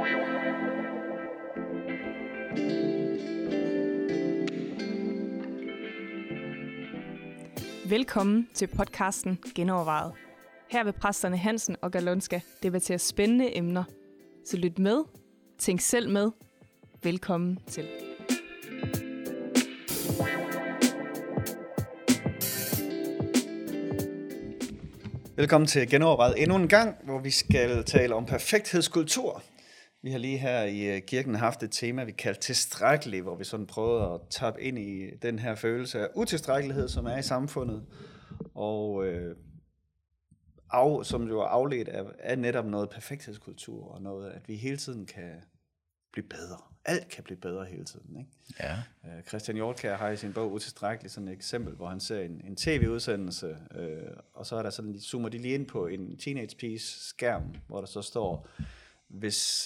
Velkommen til podcasten Genovervejet. Her vil præsterne Hansen og Galonska debattere spændende emner. Så lyt med, tænk selv med. Velkommen til. Velkommen til Genovervejet endnu en gang, hvor vi skal tale om perfekthedskultur. Vi har lige her i kirken haft et tema, vi kaldte tilstrækkelig, hvor vi sådan prøvede at tappe ind i den her følelse af utilstrækkelighed, som er i samfundet, og som jo er afledt af netop noget perfekthedskultur, og noget, at vi hele tiden kan blive bedre. Alt kan blive bedre hele tiden, ikke? Ja. Christian Hjortkjær har i sin bog Utilstrækkelig sådan et eksempel, hvor han ser en tv-udsendelse, og så er der sådan, zoomer de lige ind på en teenage piges skærm, hvor der så står, hvis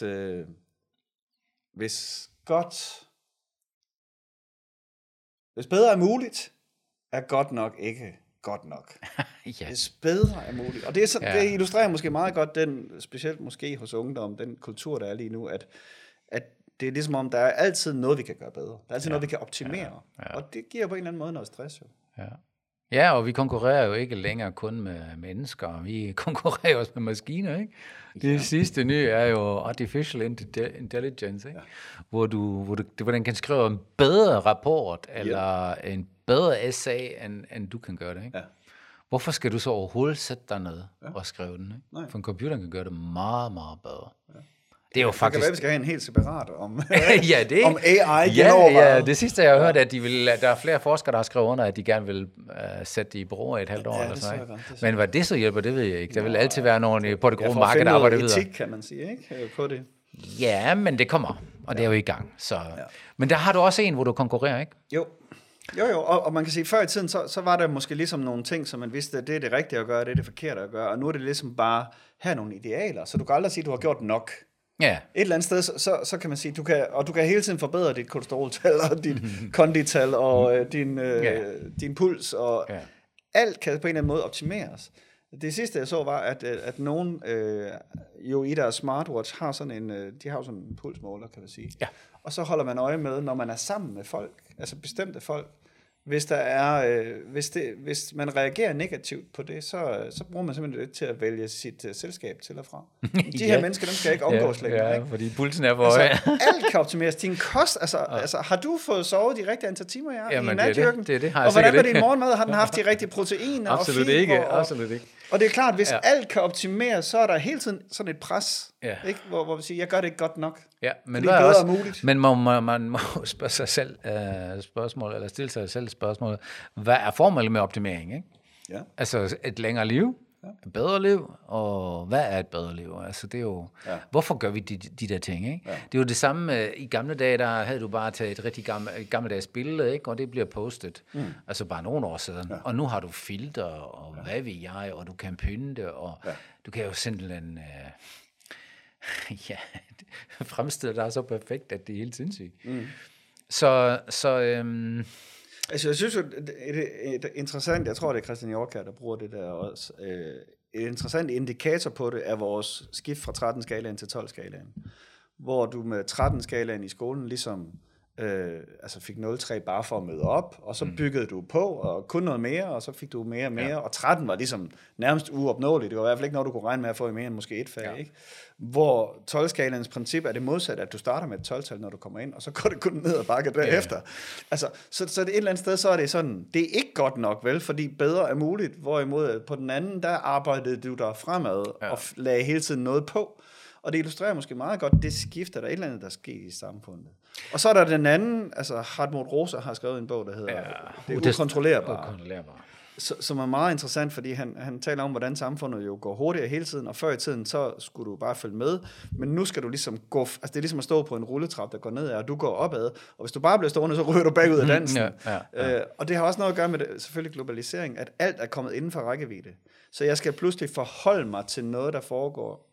bedre er muligt, er godt nok ikke godt nok. Ja. Hvis bedre er muligt. Og det, er så, det illustrerer måske meget godt den, specielt måske hos ungdom, den kultur, der er lige nu, at det er ligesom om, der er altid noget, vi kan gøre bedre. Der er altid noget, vi kan optimere. Ja. Og det giver på en eller anden måde noget stress jo. Ja, og vi konkurrerer jo ikke længere kun med mennesker, vi konkurrerer også med maskiner, ikke? Det sidste nye er jo Artificial Intelligence, ikke? Hvor den kan skrive en bedre rapport, eller en bedre essay, end du kan gøre det, ikke? Ja. Hvorfor skal du så overhovedet sætte dig ned og skrive den, ikke? For en computer kan gøre det meget, meget bedre. Ja. Det er jo faktisk... Det kan være, vi skal have en helt separat om AI genovervejet. Ja, det sidste, jeg har hørt, at der er flere forskere, der har skrevet under, at de gerne vil sætte det i brug et halvt år. Eller sådan. Men hvad det så hjælper, det ved jeg ikke. Der vil altid være nogen på det grove marked, der arbejder videre. Etik, kan man sige, ikke? På det. Ja, men det kommer, og det er jo i gang. Så. Men der har du også en, hvor du konkurrerer, ikke? Jo, og man kan sige, før i tiden, så var der måske ligesom nogle ting, som man vidste, at det er det rigtige at gøre, det er det forkerte at gøre, og nu er det ligesom bare, her nogle idealer, så du kan aldrig sige, at du har gjort nok. Ja. Et eller andet sted, så kan man sige, du kan hele tiden forbedre dit kolesteroltal, og dit kondital, og din puls, og alt kan på en eller anden måde optimeres. Det sidste, jeg så, var, at nogen jo i deres smartwatch har sådan de har sådan en pulsmåler, kan man sige. Ja. Og så holder man øje med, når man er sammen med folk, altså bestemte folk, hvis hvis man reagerer negativt på det, så bruger man simpelthen det til at vælge sit selskab til og fra. De her mennesker, dem skal ikke omgås længere. Ja, fordi pulsen er på høj. Alt kan optimeres. Din kost, altså har du fået sovet de rigtige antal timer i natdyrken? Det har jeg. Og hvordan var din morgenmad? Har den haft de rigtige proteiner og fiber? Absolut ikke. Og det er klart, hvis alt kan optimeres, så er der hele tiden sådan et pres, ikke? Hvor vi siger, jeg gør det ikke godt nok. Ja, men det er bedre også muligt. Men man må spørge sig selv spørgsmål, eller stille sig selv spørgsmål. Hvad er formålet med optimering, ikke? Ja. Altså et længere liv, et bedre liv, og hvad er et bedre liv? Altså det er jo, hvorfor gør vi de der ting, ikke? Ja. Det er jo det samme, i gamle dage, der havde du bare taget et rigtig gammeldags billede, ikke? Og det bliver postet, altså bare nogle år siden. Ja. Og nu har du filter, og hvad ved jeg, og du kan pynte, og du kan jo simpelthen... fremstille dig så perfekt, at det er helt sindssygt. Altså, jeg synes jo, et interessant, jeg tror, det er Christian Hjortkjær, der bruger det der også, et interessant indikator på det er vores skift fra 13-skalaen til 12-skalaen, hvor du med 13-skalaen i skolen ligesom fik 0,3 bare for at møde op, og så byggede du på, og kun noget mere, og så fik du mere og mere, og 13 var ligesom nærmest uopnåeligt. Det var i hvert fald ikke noget, du kunne regne med at få i mere end måske et fag, ikke? Hvor 12-skalaens princip er det modsatte, at du starter med et 12-tal, når du kommer ind, og så går det kun ned og bakke derefter. Altså, så det et eller andet sted, så er det sådan, det er ikke godt nok, vel, fordi bedre er muligt, hvorimod på den anden, der arbejdede du der fremad, og lagde hele tiden noget på. Og det illustrerer måske meget godt det skifter, der er et eller andet, der sker i samfundet. Og så er der den anden, altså Hartmut Rosa har skrevet en bog, der hedder Det ukontrollerbare. Som er meget interessant, fordi han taler om, hvordan samfundet jo går hurtigere hele tiden, og før i tiden, så skulle du bare følge med, men nu skal du ligesom gå, altså det er ligesom at stå på en rulletrap, der går nedad, og du går opad, og hvis du bare bliver stående, så ryger du bagud af dansen. Og det har også noget at gøre med det, selvfølgelig globalisering, at alt er kommet inden for rækkevidde. Så jeg skal pludselig forholde mig til noget, der foregår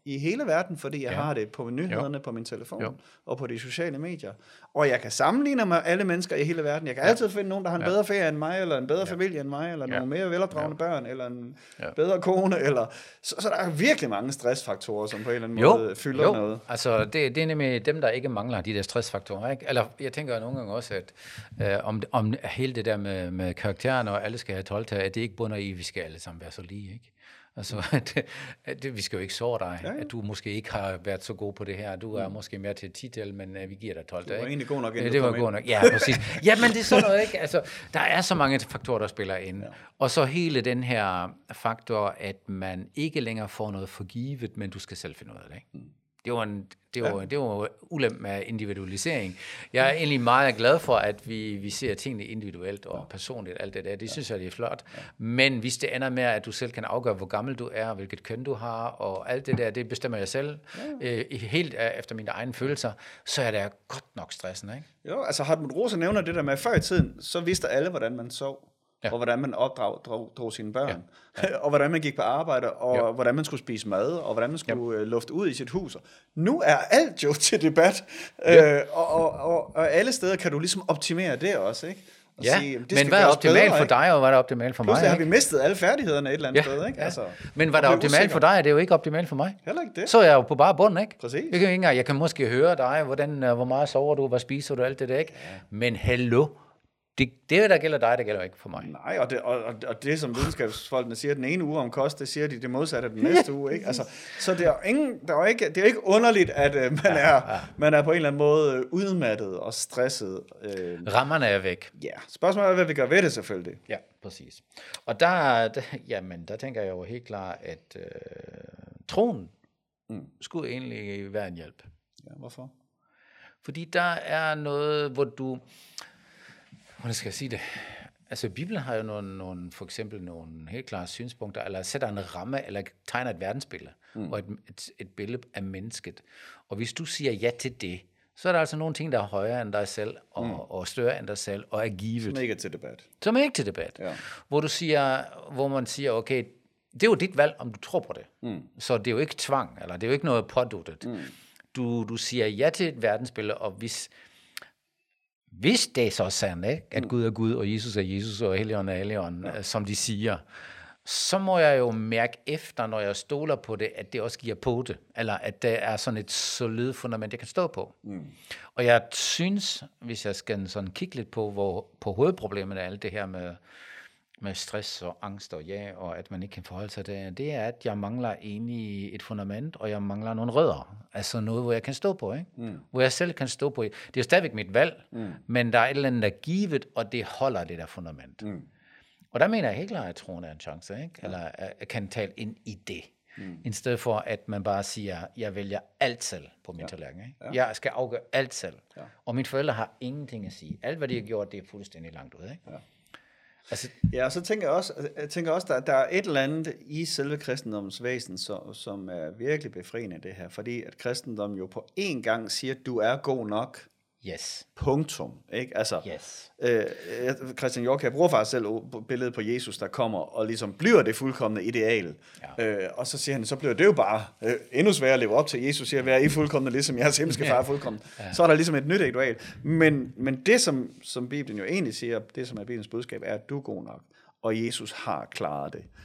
i hele verden, fordi jeg har det på nyhederne, på min telefon og på de sociale medier. Og jeg kan sammenligne med alle mennesker i hele verden. Jeg kan altid finde nogen, der har en bedre ferie end mig, eller en bedre familie end mig, eller nogle mere velopdragende børn, eller en bedre kone. Eller så der er virkelig mange stressfaktorer, som på en eller anden måde fylder noget. Altså det er nemlig dem, der ikke mangler de der stressfaktorer. Ikke? Eller jeg tænker nogle gange også, at om hele det der med karaktererne, og alle skal have 12 til, at det ikke bunder i, at vi skal alle sammen være så lige, ikke? Altså, vi skal jo ikke såre dig, at du måske ikke har været så god på det her. Du er måske mere til 10-tal, men vi giver dig 12. Du var egentlig god nok, inden det var god nok. Ja, præcis. Ja, men det er sådan noget, ikke? Altså, der er så mange faktorer, der spiller ind. Ja. Og så hele den her faktor, at man ikke længere får noget forgivet, men du skal selv finde ud af det, ikke? Det var ulempe med individualisering. Jeg er egentlig meget glad for, at vi ser tingene individuelt og personligt, alt det der. Det synes jeg, det er flot. Men hvis det ender med, at du selv kan afgøre, hvor gammel du er, hvilket køn du har, og alt det der, det bestemmer jeg selv, helt efter mine egne følelser, så er det godt nok stressende, ikke? Jo, altså Hartmut Rosa nævner det der med, før i tiden, så vidste alle, hvordan man sov. Og hvordan man drog sine børn, og hvordan man gik på arbejde, og hvordan man skulle spise mad, og hvordan man skulle lufte ud i sit hus. Nu er alt jo til debat, og alle steder kan du ligesom optimere det også, ikke? Og sige, men hvad er optimalt for dig, og hvad er optimalt for mig? Pludselig har vi mistet alle færdighederne et eller andet sted, ikke? Altså, men hvad er optimalt for dig, er det jo ikke optimalt for mig. Heller ikke det. Så er jeg jo på bare bunden, ikke? Præcis. Jeg kan måske høre dig, hvor meget sover du, hvad spiser du, alt det der, ikke? Ja. Men hallo, det der gælder dig, det gælder ikke for mig. Nej, og det som videnskabsfolkene siger, den ene uge om kost, det siger de det modsatte den næste uge, ikke? Altså, så det er ikke underligt, at man er på en eller anden måde udmattet og stresset. Rammerne er væk. Ja, spørgsmålet er, hvad vi gør ved det selvfølgelig. Ja, præcis. Og der tænker jeg jo helt klart, at troen skulle egentlig være en hjælp. Ja, hvorfor? Fordi der er noget, hvor du... Hvordan skal jeg sige det? Altså, Bibelen har jo for eksempel nogle helt klare synspunkter, eller sætter en ramme, eller tegner et verdensbillede, og et billede af mennesket. Og hvis du siger ja til det, så er der altså nogle ting, der er højere end dig selv, og større end dig selv, og er givet. Som ikke er til debat. Som ikke er til debat. Ja. Hvor man siger, okay, det er jo dit valg, om du tror på det. Så det er jo ikke tvang, eller det er jo ikke noget påduttet. Du siger ja til et verdensbillede, og hvis det er så sandt, ikke? At Gud er Gud, og Jesus er Jesus, og Helligånden er Helligånden, som de siger, så må jeg jo mærke efter, når jeg stoler på det, at det også giver på det, eller at det er sådan et solidt fundament, jeg kan stå på. Og jeg synes, hvis jeg skal sådan kigge lidt på hovedproblemet af alt det her med stress og angst og at man ikke kan forholde sig til det, er, at jeg mangler egentlig et fundament, og jeg mangler nogle rødder. Altså noget, hvor jeg kan stå på, ikke? Hvor jeg selv kan stå på. Det er jo stadigvæk mit valg, men der er et eller andet, der er givet, og det holder det der fundament. Og der mener jeg helt klart, at troen er en chance, ikke? Eller at kan tale ind i det. I stedet for, at man bare siger, jeg vælger alt selv på min tallerken. Ikke? Jeg skal afgøre alt selv. Og mine forældre har ingenting at sige. Alt, hvad de har gjort, det er fuldstændig langt ud, ikke? Altså, ja, og så tænker jeg også, der er et eller andet i selve kristendommens væsen, som er virkelig befriende det her, fordi at kristendommen jo på én gang siger, at du er god nok. Yes. Punktum. Ikke? Altså, yes. Christian Hjortkjær bruger faktisk selv billedet på Jesus, der kommer og ligesom bliver det fuldkomne ideal. Ja. Og så siger han, så bliver det jo bare endnu sværere at leve op til. Jesus siger, vær I fuldkomne, ligesom jeres himmelske far er fuldkommen. Ja. Så er der ligesom et nyt ideal. Men det, som Bibelen jo egentlig siger, det som er Bibelens budskab, er, at du er god nok. Og Jesus har klaret det.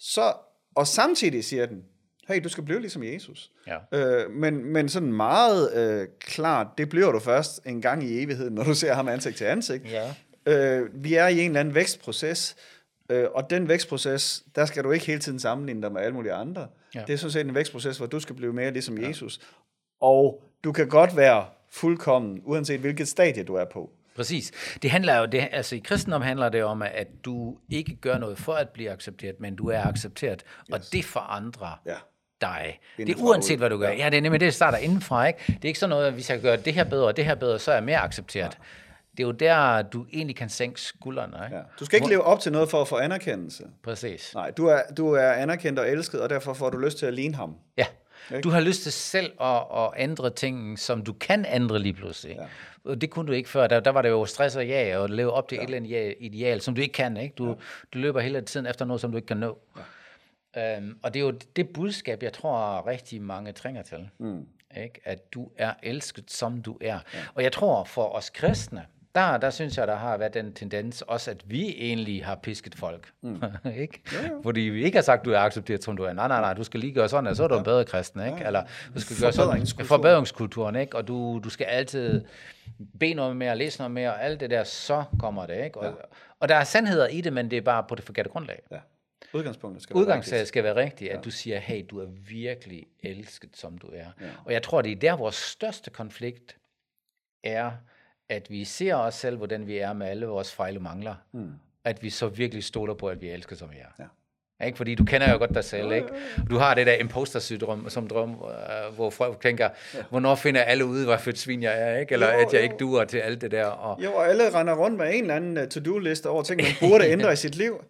Og samtidig siger den, hey, du skal blive ligesom Jesus. Ja. Men sådan meget klart, det bliver du først en gang i evigheden, når du ser ham ansigt til ansigt. Ja. Vi er i en eller anden vækstproces, og den vækstproces, der skal du ikke hele tiden sammenligne dig med alle mulige andre. Ja. Det er sådan set en vækstproces, hvor du skal blive mere ligesom Jesus. Og du kan godt være fuldkommen, uanset hvilket stadie du er på. Præcis. Det handler jo, altså i kristendom handler det om, at du ikke gør noget for at blive accepteret, men du er accepteret, og det forandrer dig. Det er uanset, hvad du gør. Ja, det er nemlig det, der starter indenfra, ikke? Det er ikke sådan noget, at hvis jeg gør det her bedre og det her bedre, så er jeg mere accepteret. Ja. Det er jo der, du egentlig kan sænke skuldrene. Ikke? Ja. Du skal ikke leve op til noget for at få anerkendelse. Præcis. Nej, du er anerkendt og elsket, og derfor får du lyst til at ligne ham. Ja. Ikke? Du har lyst til selv at ændre ting, som du kan ændre lige pludselig. Ja. Og det kunne du ikke før. Der var det jo stress og og leve op til et eller andet ideal, som du ikke kan. Ikke? Du løber hele tiden efter noget, som du ikke kan nå. Ja. Og det er jo det budskab, jeg tror rigtig mange trænger til. Ikke? At du er elsket, som du er. Ja. Og jeg tror, for os kristne, der synes jeg, der har været den tendens også, at vi egentlig har pisket folk. Ikke? Ja. Fordi vi ikke har sagt, du er accepteret, som du er. Nej, du skal lige gøre sådan, og så er du en bedre kristen. Ikke? Eller du skal gøre sådan, forbedringskulturen, ikke? Og du skal altid bede noget mere, læse noget mere, og alt det der, så kommer det. Ikke? Og der er sandheder i det, men det er bare på det forkerte grundlag. Ja. Udgangspunktet skal være rigtigt, at du siger, hey, du er virkelig elsket, som du er. Ja. Og jeg tror, det er der, vores største konflikt er, at vi ser os selv, hvordan vi er med alle vores fejl og mangler. At vi så virkelig stoler på, at vi er elsket, som vi er. Ja. Ikke? Fordi du kender jo godt dig selv, ikke? Du har det der imposter-syndrom, som drøm, hvor folk tænker, hvornår finder alle ude, hvad for et svin jeg er, ikke? Eller at jeg ikke duer til alt det der. Og alle render rundt med en eller anden to-do-liste over ting, man burde ændre i sit liv.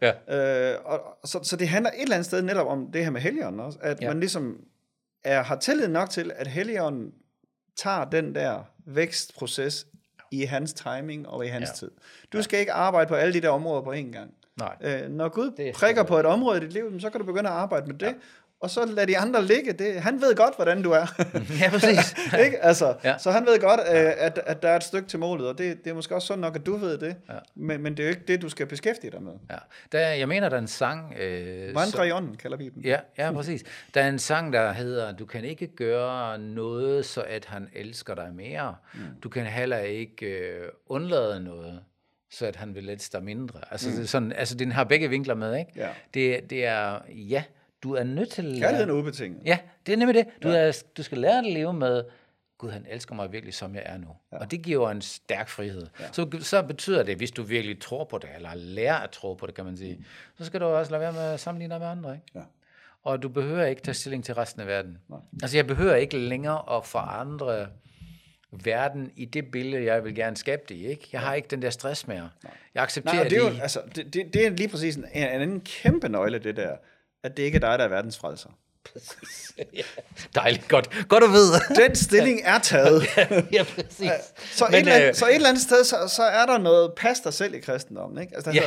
Så det handler et eller andet sted netop om det her med Helligånden også, at man ligesom har tillid nok til, at Helligånden tager den der vækstproces i hans timing og i hans tid. Du skal ikke arbejde på alle de der områder på én gang. Nej. Når Gud prikker på et område i dit liv, så kan du begynde at arbejde med det, og så lad de andre ligge. Han ved godt, hvordan du er. Ja, præcis. Ikke? Altså, så han ved godt, at der er et stykke til målet, og det er måske også sådan nok, at du ved det, men det er jo ikke det, du skal beskæftige dig med. Ja. Jeg mener, der er en sang... Vandre i ånden, kalder vi den. Ja, præcis. Der er en sang, der hedder, du kan ikke gøre noget, så at han elsker dig mere. Du kan heller ikke undlade noget, så at han vil elske dig mindre. Altså, den har begge vinkler med, ikke? Ja. Det er, du er nødt til... Kærligheden er ubetinget. Ja, det er nemlig det. Du skal lære at leve med, Gud, han elsker mig virkelig, som jeg er nu. Ja. Og det giver en stærk frihed. Ja. Så betyder det, hvis du virkelig tror på det, eller lærer at tro på det, kan man sige, så skal du også lade være med at sammenligne dig med andre, ikke? Ja. Og du behøver ikke tage stilling til resten af verden. Nej. Altså, jeg behøver ikke længere at forandre verden i det billede, jeg vil gerne skabe det i, ikke? Jeg har ikke den der stress mere. Jeg accepterer det. Det er lige præcis en anden kæmpe nøgle, det der, at det ikke er dig, der er verdens frelser. Præcis. Ja. Dejligt. Godt at vide. Den stilling er taget. Ja, præcis. Så et eller andet sted, så er der noget, pas dig selv i kristendommen, ikke? Altså,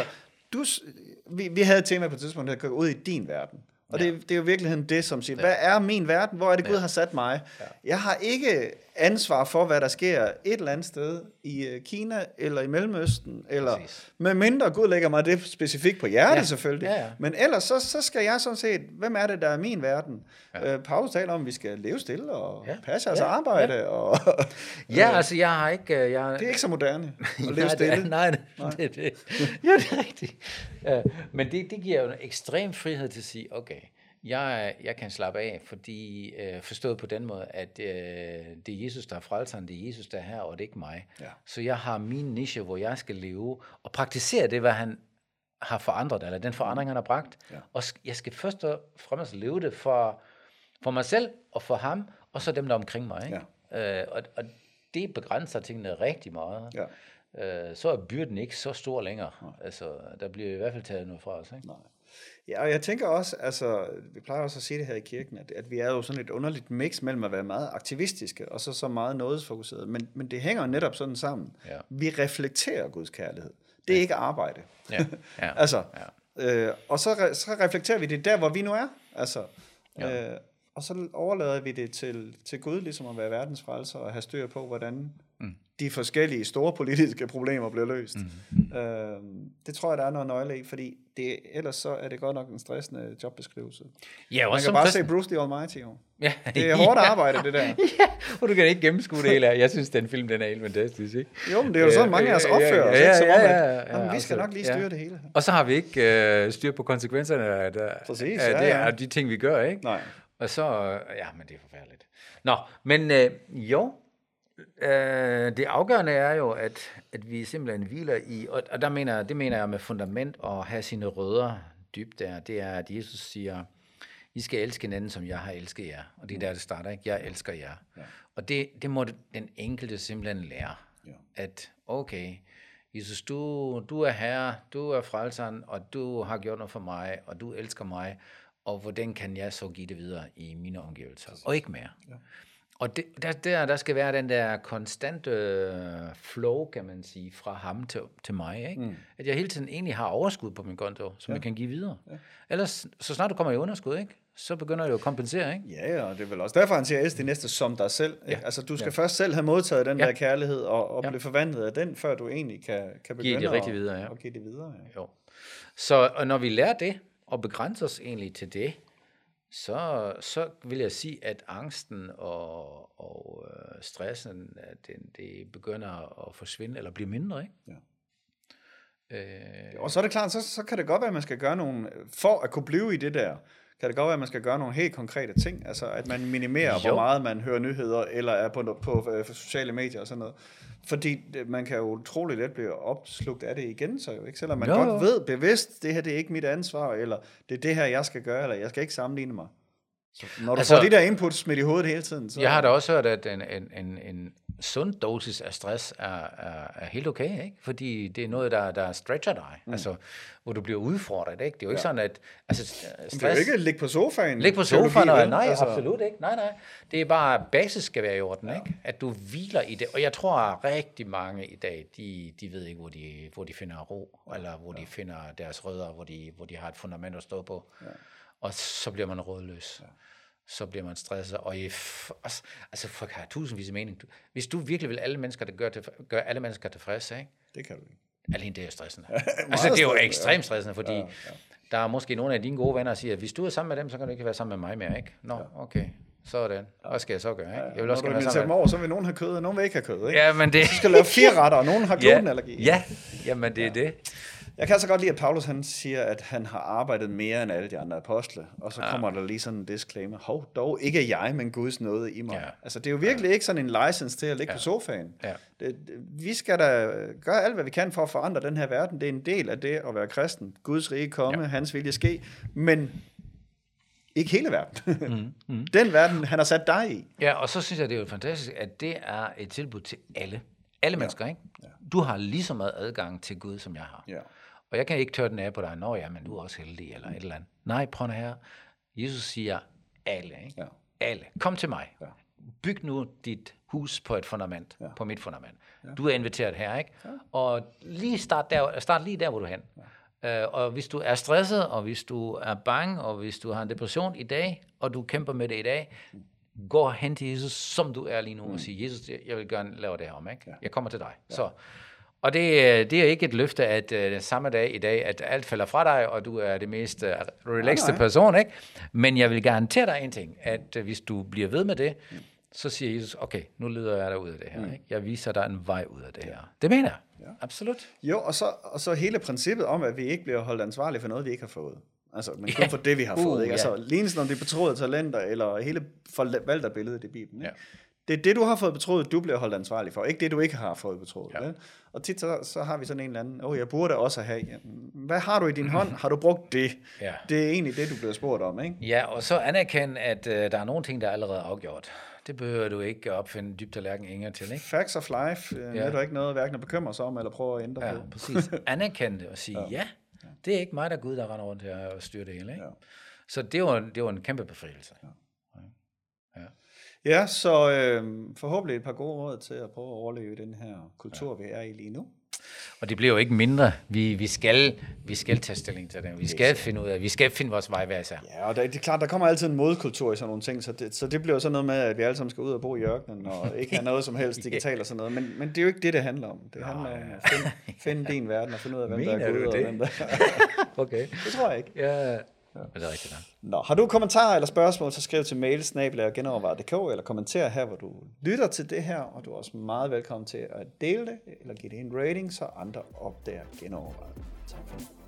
vi havde et tema på et tidspunkt, der går ud i din verden. Og det er jo virkeligheden det, som siger, hvad er min verden? Hvor er det, Gud har sat mig? Ja. Jeg har ikke ansvar for, hvad der sker et eller andet sted i Kina, eller i Mellemøsten, eller med mindre Gud lægger mig det specifikt på hjertet, selvfølgelig. Ja. Men ellers, så skal jeg sådan set, hvem er det, der er min verden? Ja. Paulus taler om, at vi skal leve stille og passe jeres arbejde. Ja. Og, altså jeg har ikke... Det er ikke så moderne at leve stille. Nej. Det. Ja, det er rigtigt. Men det giver jo en ekstrem frihed til at sige, okay, jeg kan slappe af, fordi forstået på den måde, at det er Jesus, der er frelseren, det er Jesus, der er her, og det er ikke mig. Ja. Så jeg har min niche, hvor jeg skal leve og praktisere det, hvad han har forandret, eller den forandring, han har bragt. Ja. Og jeg skal først og fremmest leve det for mig selv og for ham, og så dem, der er omkring mig. Ikke? Ja. Og det begrænser tingene rigtig meget. Ja. Så er byrden ikke så stor længere. Ja. Altså, der bliver i hvert fald taget noget fra os. Ikke? Nej. Ja, og jeg tænker også, altså, vi plejer også at sige det her i kirken, at vi er jo sådan et underligt mix mellem at være meget aktivistiske, og så meget nådesfokuseret, men det hænger netop sådan sammen. Ja. Vi reflekterer Guds kærlighed. Det er ikke arbejde. Ja. Ja. Altså, og så reflekterer vi det der, hvor vi nu er. Altså, og så overlader vi det til Gud, ligesom at være verdens frelser, og have styr på, hvordan de forskellige store politiske problemer bliver løst. Det tror jeg, der er noget nøgle i, fordi ellers så er det godt nok en stressende jobbeskrivelse. Ja, man kan bare se Bruce the Almighty. Ja. Det er hårdt arbejde, det der. Ja, og du kan ikke gennemskue det hele her. Jeg synes, den film, den er helt fantastisk, ikke? Jo, men det er jo sådan, mange af os opfører os, vi skal nok lige styre det hele. Og så har vi ikke styr på konsekvenserne af de ting, vi gør, ikke? Nej. Og så, men det er forfærdeligt. Nå, men det afgørende er jo, at vi simpelthen hviler i, og det mener jeg med fundament og have sine rødder dybt der, det er, at Jesus siger, I skal elske hinanden, som jeg har elsket jer. Og det er der, det starter, ikke? Jeg elsker jer. Ja. Og det må den enkelte simpelthen lære. Ja. At, okay, Jesus, du er herre, du er frelseren, og du har gjort noget for mig, og du elsker mig, og hvordan kan jeg så give det videre i mine omgivelser? Og ikke mere. Ja. Og der skal være den der konstante flow, kan man sige, fra ham til mig. Ikke? At jeg hele tiden egentlig har overskud på min konto, som jeg kan give videre. Ja. Ellers, så snart du kommer i underskud, ikke? Så begynder det jo at kompensere, ikke? Ja, og det er vel også derfor, han siger, at det næste som dig selv. Ja. Altså, du skal først selv have modtaget den der kærlighed, og blive forvandlet af den, før du egentlig kan begynde give det rigtig videre, og give det videre. Ja. Jo. Så og når vi lærer det, og begrænser os egentlig til det, så vil jeg sige, at angsten og stressen, det begynder at forsvinde, eller blive mindre, ikke? Ja. Og så er det klart, så kan det godt være, at man skal gøre nogle, for at kunne blive i det der, kan det godt være, at man skal gøre nogle helt konkrete ting, altså at man minimerer, hvor meget man hører nyheder, eller er på sociale medier og sådan noget. Fordi man kan jo utroligt let blive opslugt af det igen, så jo ikke, selvom man godt ved bevidst, det her det er ikke mit ansvar, eller det er det her, jeg skal gøre, eller jeg skal ikke sammenligne mig. Så når du får de der inputs smidt i hovedet hele tiden, så... Jeg har da også hørt, at en sund dosis af stress er helt okay, ikke? Fordi det er noget, der stretcher dig, altså, hvor du bliver udfordret, ikke? Det er jo ikke sådan, at... Altså, stress... Det er jo ikke ligge på sofaen. Ligge på sofaen, nej, altså... absolut ikke. Nej. Det er bare, basis skal være i orden, ikke? At du hviler i det. Og jeg tror, at rigtig mange i dag, de ved ikke, hvor de finder ro, eller hvor de finder deres rødder, hvor de har et fundament at stå på. Ja. Og så bliver man rådløs. Ja. Så bliver man stresset, og altså folk har tusindvis af mening. Hvis du virkelig vil alle mennesker, der gør alle mennesker tilfredse, ikke? Det kan du ikke. Alene det er stressende. Altså det er jo ekstremt stressende, fordi der er måske nogle af dine gode venner, der siger, at hvis du er sammen med dem, så kan du ikke være sammen med mig mere, ikke? Nå, okay. Sådan. Hvad skal jeg så gøre, ikke? Jeg vil også gerne være sammen med over, så vil nogen have kød, og nogen vil ikke have kød, ikke? Ja, men det... Så skal lave 4 retter, og nogen har glutenallergi. Ja, jamen det er det. Jeg kan så godt lide, at Paulus han siger, at han har arbejdet mere end alle de andre apostle, og så kommer der lige sådan en disclaimer. Hov, dog ikke jeg, men Guds nåde i mig. Ja. Altså det er jo virkelig ikke sådan en license til at ligge på sofaen. Ja. Vi skal da gøre alt, hvad vi kan for at forandre den her verden. Det er en del af det at være kristen. Guds rige komme, hans vilje ske, men ikke hele verden. Den verden, han har sat dig i. Ja, og så synes jeg, det er jo fantastisk, at det er et tilbud til alle. Alle mennesker, ikke? Ja. Du har lige så meget adgang til Gud, som jeg har. Ja. Og jeg kan ikke tørre den af på dig, nå ja, men du er også heldig, eller et eller andet. Nej, prøv her. Jesus siger, alle, ikke? Ja. Alle. Kom til mig. Ja. Byg nu dit hus på et fundament, på mit fundament. Ja. Du er inviteret her, ikke? Ja. Og lige start lige der, hvor du er hen. Ja. Og hvis du er stresset, og hvis du er bange, og hvis du har en depression i dag, og du kæmper med det i dag, gå hen til Jesus, som du er lige nu, og sige, Jesus, jeg vil gerne lave det her om, ikke? Ja. Jeg kommer til dig. Ja. Så. Og det er ikke et løfte, at samme dag i dag, at alt falder fra dig, og du er det mest relaxede person, ikke? Men jeg vil garantere dig en ting, at hvis du bliver ved med det, så siger Jesus, okay, nu leder jeg dig ud af det her, ikke? Jeg viser dig en vej ud af det her. Det mener jeg. Ja. Absolut. Jo, og så hele princippet om, at vi ikke bliver holdt ansvarlige for noget, vi ikke har fået. Altså, men kun for det, vi har fået, ikke? Altså, lignelsen om de betroede talenter, eller hele forvalter billedet i Bibelen, ikke? Ja. Det er det, du har fået betroet, du bliver holdt ansvarlig for. Ikke det, du ikke har fået betroet. Ja. Og tit så har vi sådan en eller anden, jeg burde også have. Hvad har du i din hånd? Har du brugt det? Ja. Det er egentlig det, du bliver spurgt om, ikke? Ja, og så anerkende, at der er nogle ting, der er allerede afgjort. Det behøver du ikke opfinde dybt tallerken Inger til, ikke? Facts of life. Det er ikke noget, hverken at bekymre sig om, eller prøve at ændre på. Præcis. Anerkende det og sige, det er ikke mig, der er Gud, der render rundt her og styrer det hele, ikke? Ja. Så det var en kæmpe befrielse. Ja. Ja, så forhåbentlig et par gode råd til at prøve at overleve i den her kultur, vi er i lige nu. Og det bliver jo ikke mindre. Vi skal tage stilling til det. Vi skal finde vores vej hver især. Ja, og det er klart, der kommer altid en modkultur i sådan nogle ting, så det bliver jo sådan noget med, at vi alle sammen skal ud og bo i ørkenen, og ikke have noget som helst digitalt og sådan noget. Men det er jo ikke det handler om. Det handler om at finde din verden og finde ud af, hvem der er Gud og hvem der Okay. Det tror jeg ikke. Ja. Det er rigtigt. Nå, har du kommentarer eller spørgsmål, så skriv til mail@genovervejet.dk eller kommenter her, hvor du lytter til det her, og du er også meget velkommen til at dele det, eller give det en rating, så andre opdager Genovervejet. Tak for det.